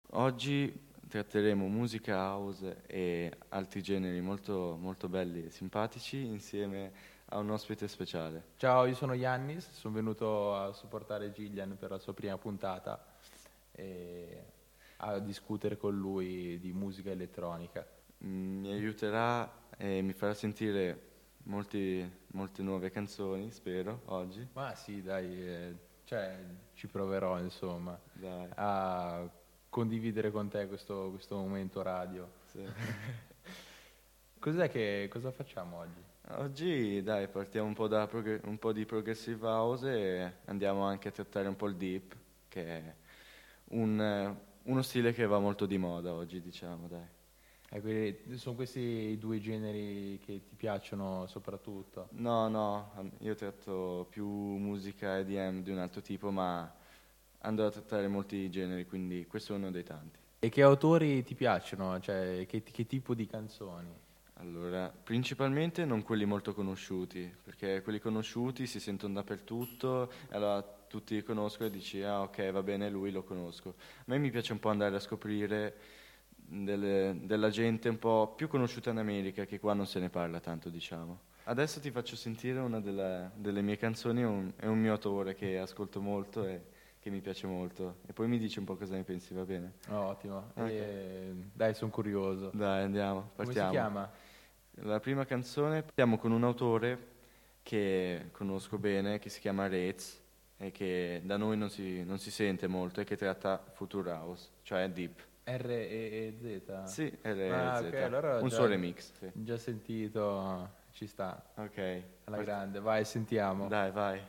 Oggi tratteremo musica house e altri generi molto, molto belli e simpatici insieme a un ospite speciale. Ciao, io sono Yannis, sono venuto a supportare Gillian per la sua prima puntata e a discutere con lui di musica elettronica. Mi aiuterà e mi farà sentire molte nuove canzoni, spero, oggi. Ma sì, dai, ci proverò insomma Dai. a condividere con te questo momento radio. Sì. Cosa facciamo oggi? Oggi, dai, partiamo un po' da un po' di progressive house e andiamo anche a trattare un po' il deep, che è uno stile che va molto di moda oggi, diciamo, dai. Sono questi i due generi che ti piacciono soprattutto? No, io tratto più musica EDM di un altro tipo, ma andrò a trattare molti generi, quindi questo è uno dei tanti. E che autori ti piacciono? Cioè, che tipo di canzoni? Allora, principalmente non quelli molto conosciuti, perché quelli conosciuti si sentono dappertutto, e allora tutti li conoscono e dici, ah ok, va bene, lui lo conosco. A me mi piace un po' andare a scoprire della gente un po' più conosciuta in America, che qua non se ne parla tanto, diciamo. Adesso ti faccio sentire una delle mie canzoni, è un mio autore che ascolto molto e che mi piace molto, e poi mi dici un po' cosa ne pensi, va bene? Ottimo. Okay. Dai, sono curioso. Dai, andiamo, partiamo. Come si chiama? La prima canzone, partiamo con un autore che conosco bene, che si chiama Rez, e che da noi non si sente molto, e che tratta Future House, cioè Deep. R-E-E-Z? Sì, R-E-Z. Ok, allora Un suo remix, sì. Già sentito, ci sta. Ok. Alla grande, vai, sentiamo. Dai, vai.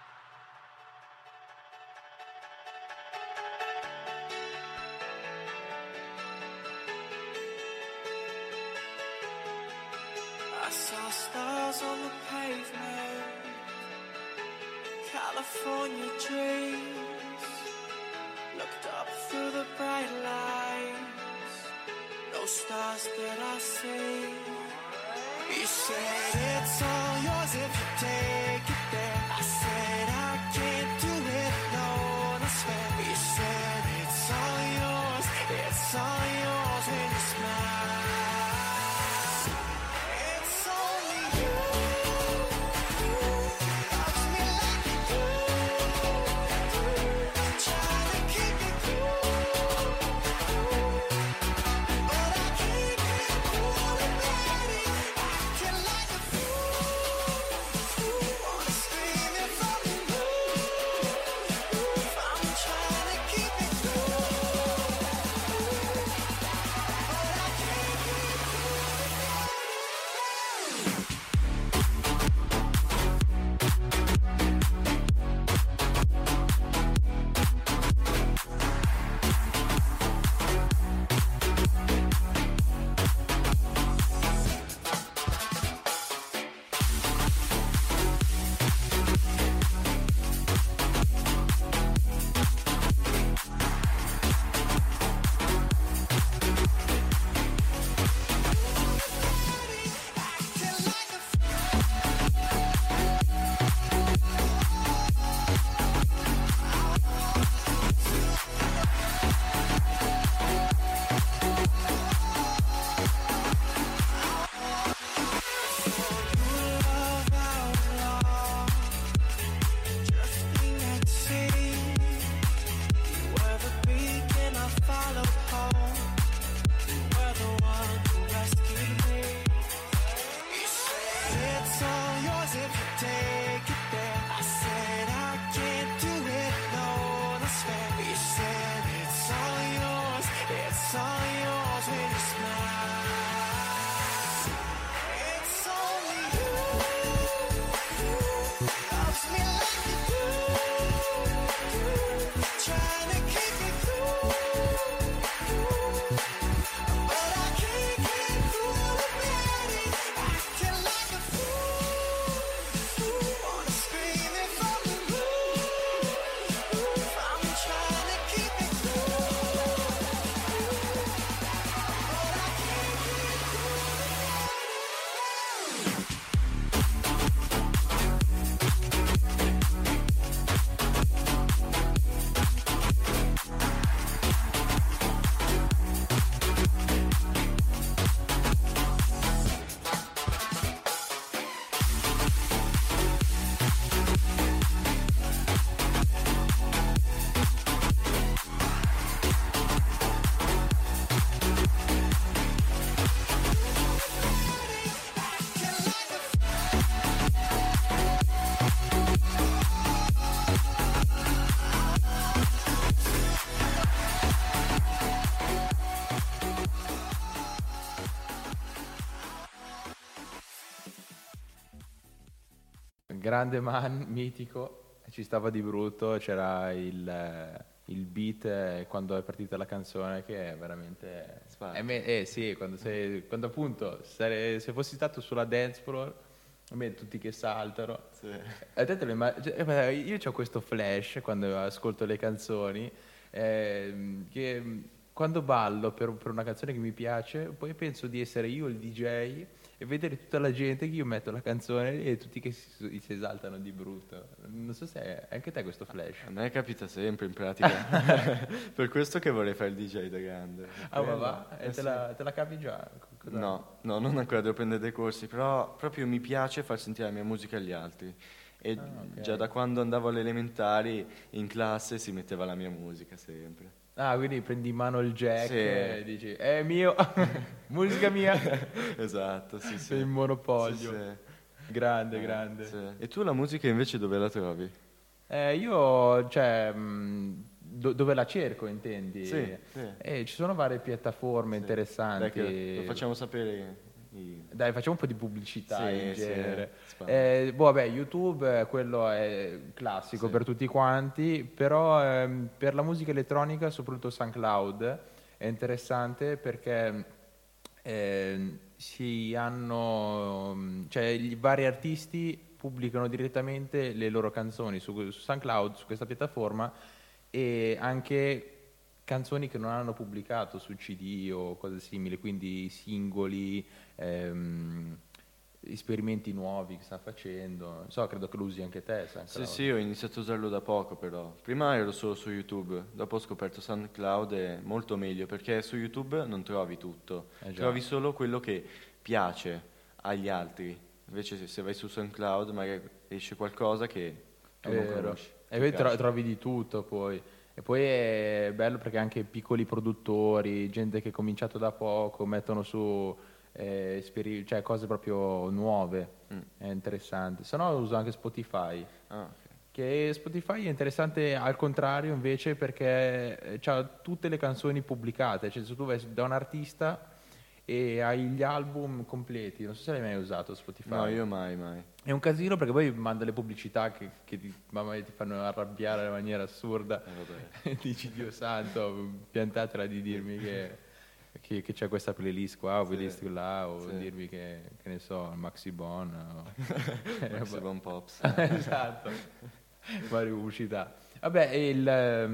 I saw stars on the pavement, California dreams. Looked up through the bright lights, no stars that I see. You said it's all yours if you take it there. I said I can't do it alone, I swear. You said it's all yours when you smile. grande man, mitico, ci stava di brutto, c'era il beat quando è partita la canzone che è veramente... sì, quando appunto se fossi stato sulla dance floor, tutti che saltano. Sì. Io ho questo flash quando ascolto le canzoni, che quando ballo per una canzone che mi piace, poi penso di essere io il DJ e vedere tutta la gente che io metto la canzone e tutti che si esaltano di brutto. Non so se anche te questo flash. A me capita sempre in pratica. Per questo che vorrei fare il DJ da grande. Ma va? E te la capi già? Cosa? No, non ancora, devo prendere dei corsi, però proprio mi piace far sentire la mia musica agli altri. E okay. Già da quando andavo alle elementari in classe si metteva la mia musica sempre. Ah, quindi prendi in mano il jack Sì. e dici, è mio, musica mia. Esatto, sì, sì. Sei in monopolio. Sì, sì. Grande, grande. Sì. E tu la musica invece dove la trovi? Io, cioè, dove la cerco, intendi? Sì, sì. Ci sono varie piattaforme Sì. interessanti. Dai, che lo facciamo sapere. Dai, facciamo un po' di pubblicità Sì, in sì, genere. spam. Vabbè, YouTube, quello è classico Sì. per tutti quanti, però per la musica elettronica, soprattutto SoundCloud, è interessante perché cioè i vari artisti pubblicano direttamente le loro canzoni su SoundCloud, su questa piattaforma, e anche canzoni che non hanno pubblicato su CD o cose simili, quindi singoli, esperimenti nuovi che sta facendo. Non so, credo che lo usi anche te, SoundCloud. Sì, ho iniziato a usarlo da poco però. Prima ero solo su YouTube, dopo ho scoperto SoundCloud, è molto meglio perché su YouTube non trovi tutto, trovi solo quello che piace agli altri. Invece se vai su SoundCloud magari esce qualcosa che tu non conosci. E poi trovi di tutto poi. E poi è bello perché anche piccoli produttori, gente che ha cominciato da poco, mettono su cioè cose proprio nuove. È interessante. Se no uso anche Spotify. Ah, ok. Che Spotify è interessante al contrario invece perché ha tutte le canzoni pubblicate. Cioè se tu vai da un artista e hai gli album completi, non so se l'hai mai usato Spotify. No, io mai. È un casino perché poi manda le pubblicità che ti fanno arrabbiare in maniera assurda. Vabbè. Dici, Dio santo, piantatela di dirmi che c'è questa playlist qua o playlist là, o dirmi che ne so, Maxi Bon o... Maxi Bon Pops. Esatto, varie pubblicità. Vabbè,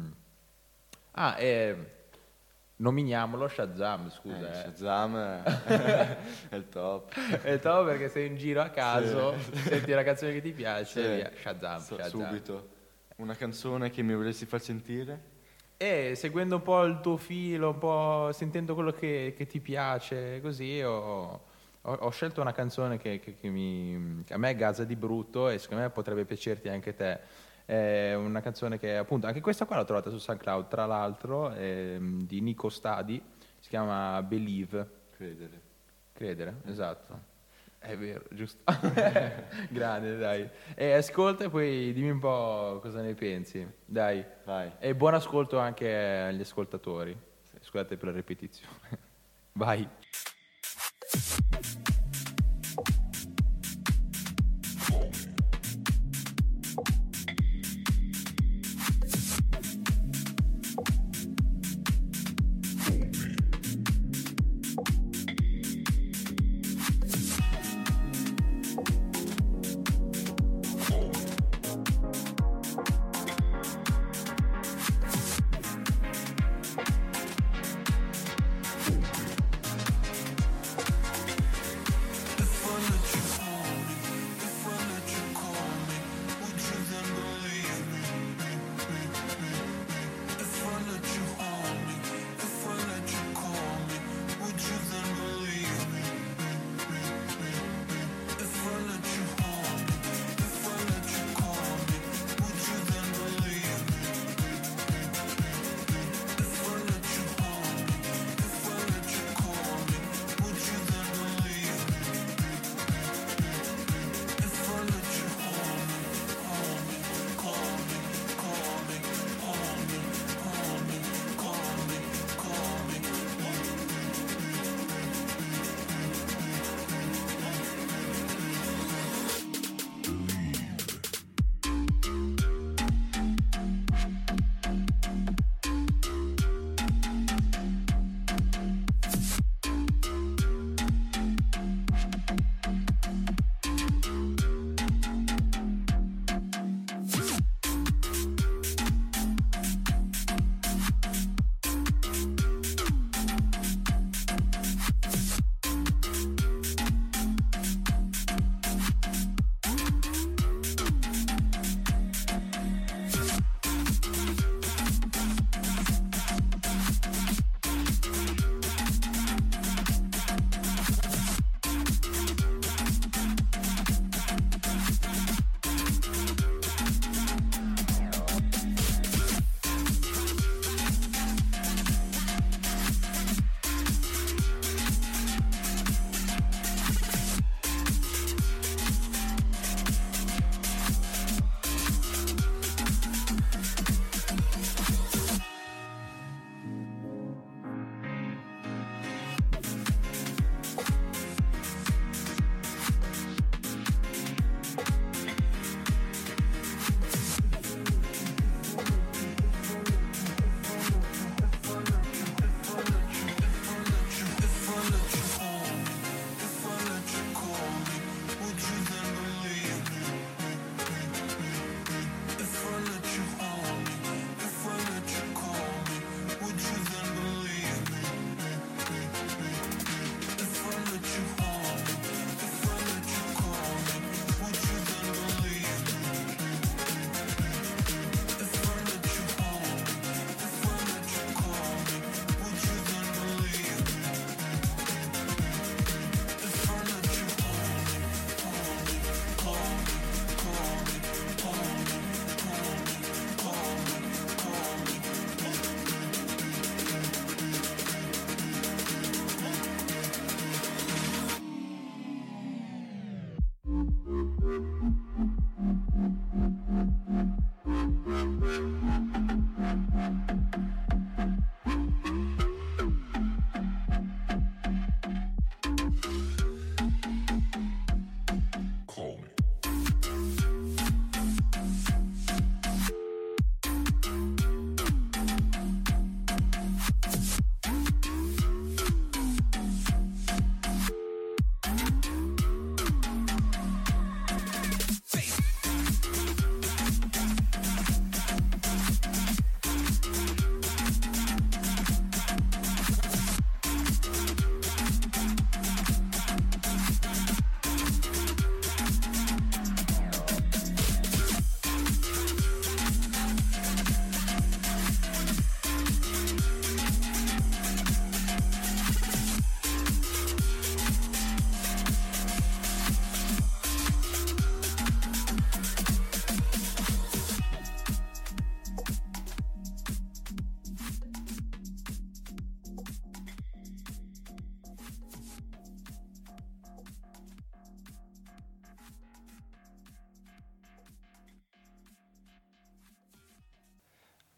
nominiamolo Shazam, scusa. Shazam è il top. È top perché sei in giro a caso, senti una canzone che ti piace, Sì. via, Shazam. Subito. Una canzone che mi vorresti far sentire? E seguendo un po' il tuo filo, un po' sentendo quello che ti piace, così ho scelto una canzone che a me gasa di brutto e secondo me potrebbe piacerti anche te. È una canzone che appunto, anche questa qua l'ho trovata su SoundCloud, tra l'altro, di Nico Stadi, si chiama Believe. Credere, esatto. È vero, giusto. Grande, dai. E ascolta e poi dimmi un po' cosa ne pensi. Dai. Vai. E buon ascolto anche agli ascoltatori. Scusate per la ripetizione. Vai.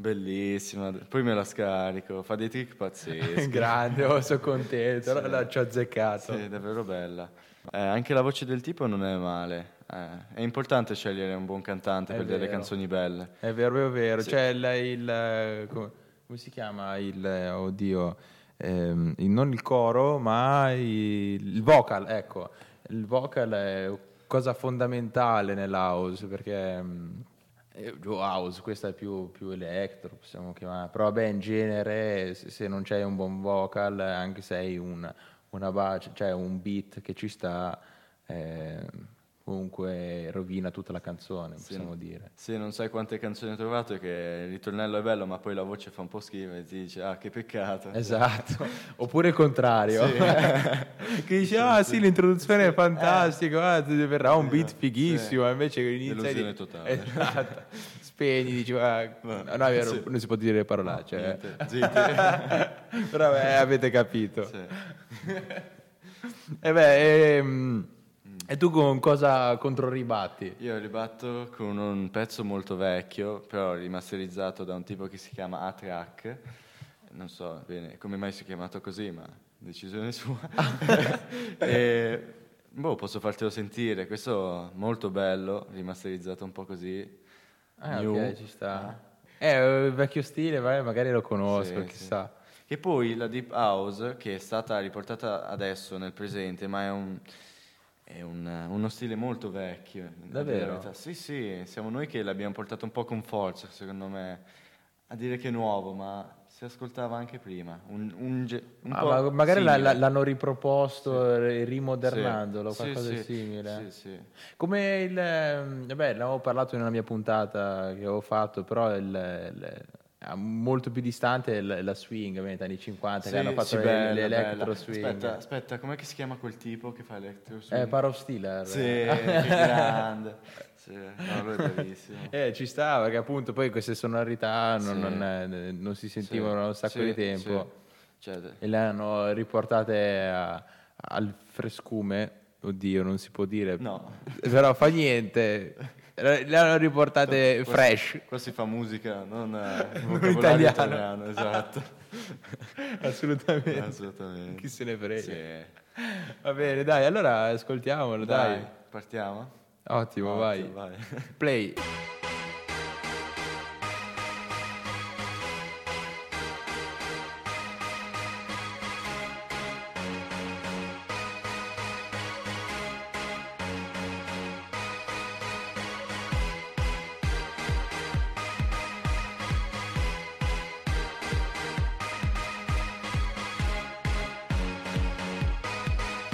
Bellissima, poi me la scarico, fa dei trick pazzeschi. Grande, sono contento, Sì. ci ho azzeccato. Sì, davvero bella. Anche la voce del tipo non è male. È importante scegliere un buon cantante È per delle vero. canzoni belle. È vero, è vero. Sì. C'è come si chiama oddio, non il coro, ma il vocal, ecco. Il vocal è cosa fondamentale nell'house, perché house, questa è più electro, possiamo chiamare. Però vabbè, in genere, se non c'hai un buon vocal, anche se hai una base, cioè un beat che ci sta, comunque rovina tutta la canzone, possiamo dire. Sì, non sai quante canzoni ho trovato che il ritornello è bello, ma poi la voce fa un po' schifo e ti dici, ah, che peccato. Esatto, oppure il contrario, Sì. che dici, ah sì, l'introduzione è fantastica, verrà un beat fighissimo, invece inizia Delusione totale. Esatto. Spegni, dici, no, è vero, Sì. non si può dire parolacce. Niente, zitti. Però avete capito. Sì. E tu con cosa controribatti? Io ribatto con un pezzo molto vecchio, però rimasterizzato da un tipo che si chiama A-Track. Non so bene come mai si è chiamato così, ma decisione sua. E, posso fartelo sentire. Questo molto bello, rimasterizzato un po' così. New. Ok, ci sta. Il vecchio stile, magari lo conosco, Sì, chissà. Sì. E poi la Deep House, che è stata riportata adesso nel presente, ma è uno stile molto vecchio. a dire la Davvero? verità. Sì, sì, siamo noi che l'abbiamo portato un po' con forza, secondo me, a dire che è nuovo, ma si ascoltava anche prima. Un po' magari simile. l'hanno riproposto, rimodernandolo, Sì, qualcosa sì, di simile. Sì, sì. Come vabbè, ne avevo parlato in una mia puntata che avevo fatto, però molto più distante è la swing, ovviamente, anni 50, che Sì, hanno fatto sì, bella, l'electro bella. swing. Aspetta, com'è che si chiama quel tipo che fa electro swing? Parov Steeler. Sì, che grande. Sì, no, lui è bravissimo. Ci sta, perché appunto poi queste sonorità Sì. non si sentivano da un sacco Sì, di tempo. sì. Cioè, E le hanno riportate al frescume. Oddio, non si può dire. No. Però fa niente. Le hanno riportate fresh. Qua si fa musica, non italiano. vocabolario italiano, esatto. Assolutamente. Assolutamente. Chi se ne frega. Sì. Va bene, dai, allora ascoltiamolo, dai. Partiamo? Ottimo, Ottimo, vai. vai. Play.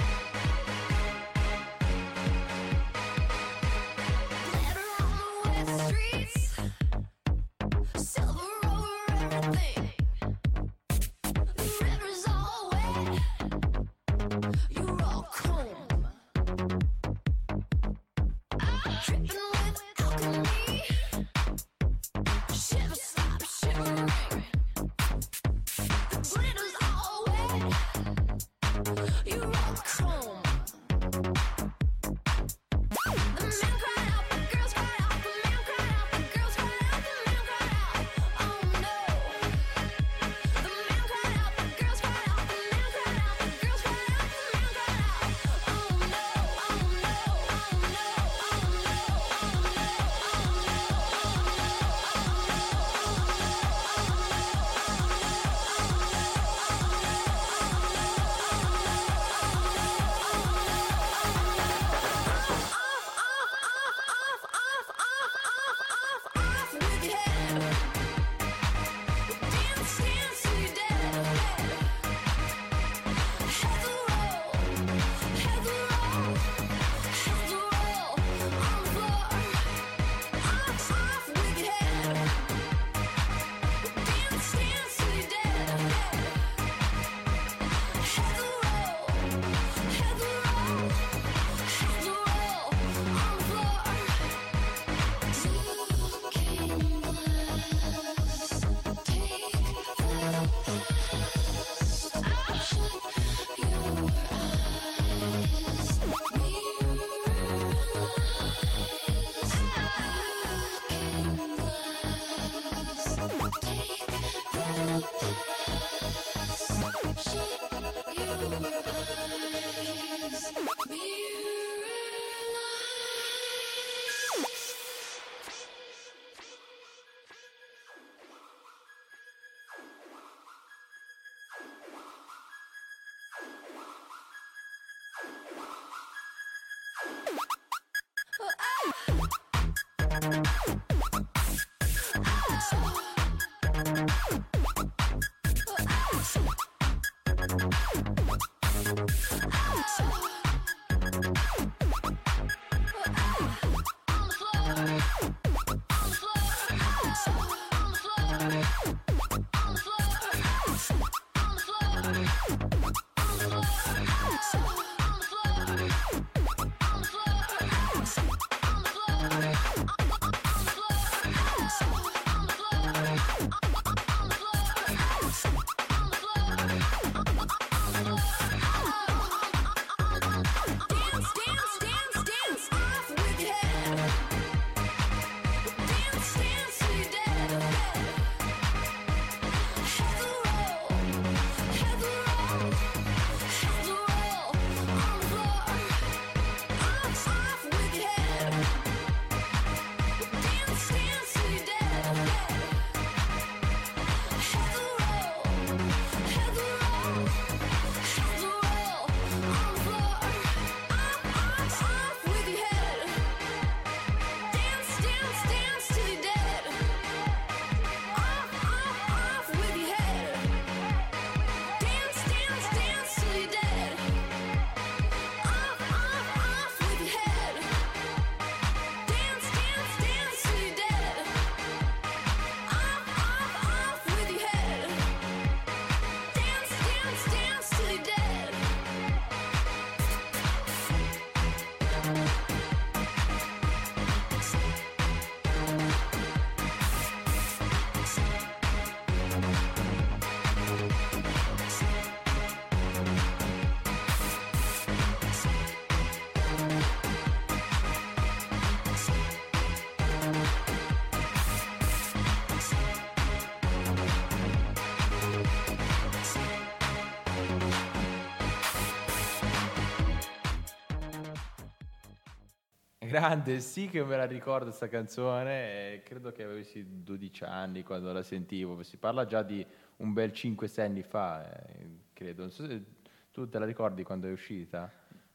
Glitter on the west Grande, sì che me la ricordo sta canzone, credo che avessi 12 anni quando la sentivo, si parla già di un bel 5-6 anni fa, credo. Non so se tu te la ricordi quando è uscita?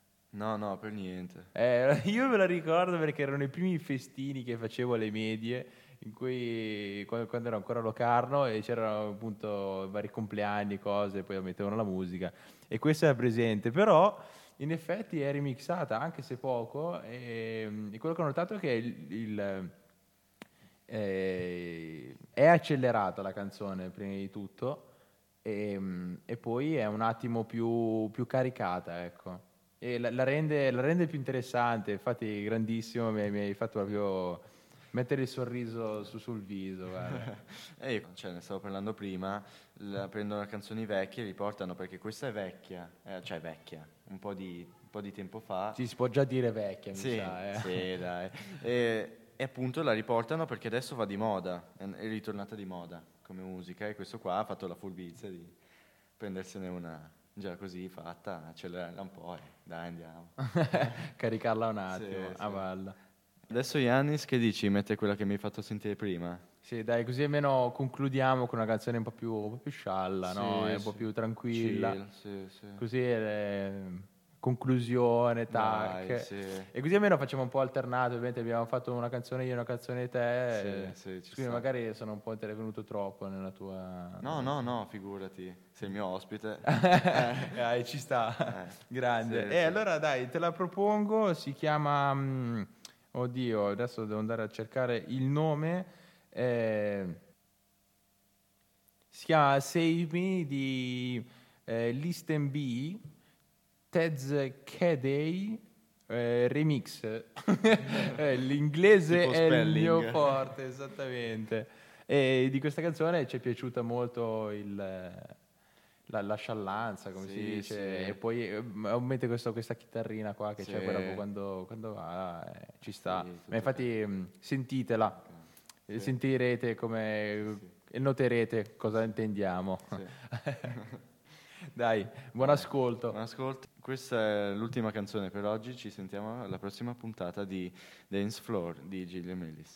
No, per niente. Io me la ricordo perché erano i primi festini che facevo alle medie, in cui quando ero ancora a Locarno e c'erano appunto vari compleanni, cose, poi mettevano la musica e questo era presente, però in effetti è remixata anche se poco e quello che ho notato è che è accelerata la canzone prima di tutto e poi è un attimo più caricata, ecco. E la rende più interessante, infatti grandissimo, mi hai fatto proprio mettere il sorriso sul viso. Cioè, ne stavo parlando prima, prendono canzoni vecchie e li portano perché questa è vecchia, cioè vecchia, un po' di tempo fa. Sì, si può già dire vecchia, sì, mi sa. Sì, dai. E appunto la riportano perché adesso va di moda, è ritornata di moda come musica e questo qua ha fatto la furbizia di prendersene una già così fatta, accelerarla un po' e dai andiamo. Caricarla un attimo, Sì, a valle. Adesso Yannis, che dici? Mette quella che mi hai fatto sentire prima? Sì, dai, così almeno concludiamo con una canzone un po' più scialla, Sì, no? È un sì. po' più tranquilla. Chill, sì. Così conclusione, tac. Dai, sì. E così almeno facciamo un po' alternato, ovviamente abbiamo fatto una canzone io e una canzone te. Sì, ci quindi sta. magari sono un po' intervenuto troppo nella tua... No, figurati, sei il mio ospite. Ci sta, grande. Sì. Allora dai, te la propongo, si chiama... oddio, adesso devo andare a cercare il nome. Si chiama Save Me di Listen B, Ted's K-Day remix. L'inglese Tipo è il spelling. mio forte, esattamente. E di questa canzone ci è piaciuta molto la sciallanza, come si dice, sì. e poi aumenta questa chitarrina qua che Sì. c'è proprio quando va, ci sta. Sì, Ma infatti sentitela, Sì. sentirete come e noterete cosa intendiamo. Sì. Dai, buon ascolto. Buon ascolto. Questa è l'ultima canzone per oggi, ci sentiamo alla prossima puntata di Dance Floor di Gillian Ellis.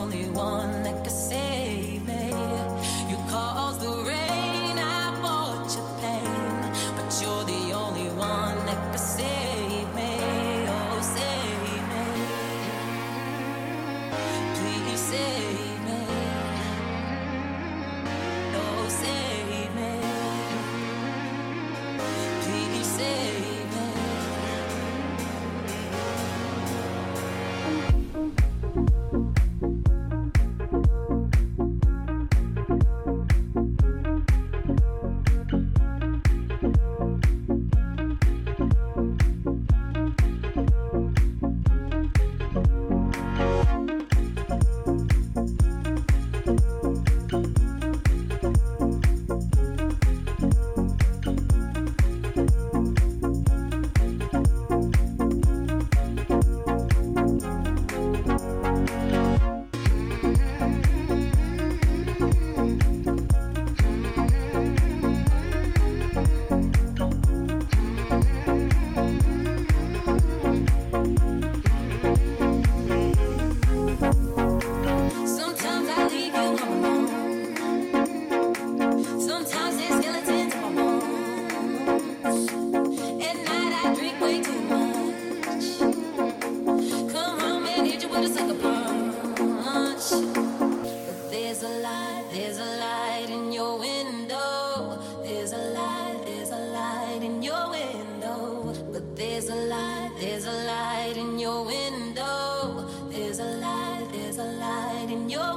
only one that could save me. You caused the rain, I bought your pain, but you're the only one that could save me. Oh, save me. Please save me. Oh, save me. Please save me. Sometimes I leave you alone. Sometimes there's skeletons in my bones. At night I drink way too much. Come home and hit you with a sucker punch. But there's a light in your window. There's a light in your window. But there's a light in your window. There's a light in your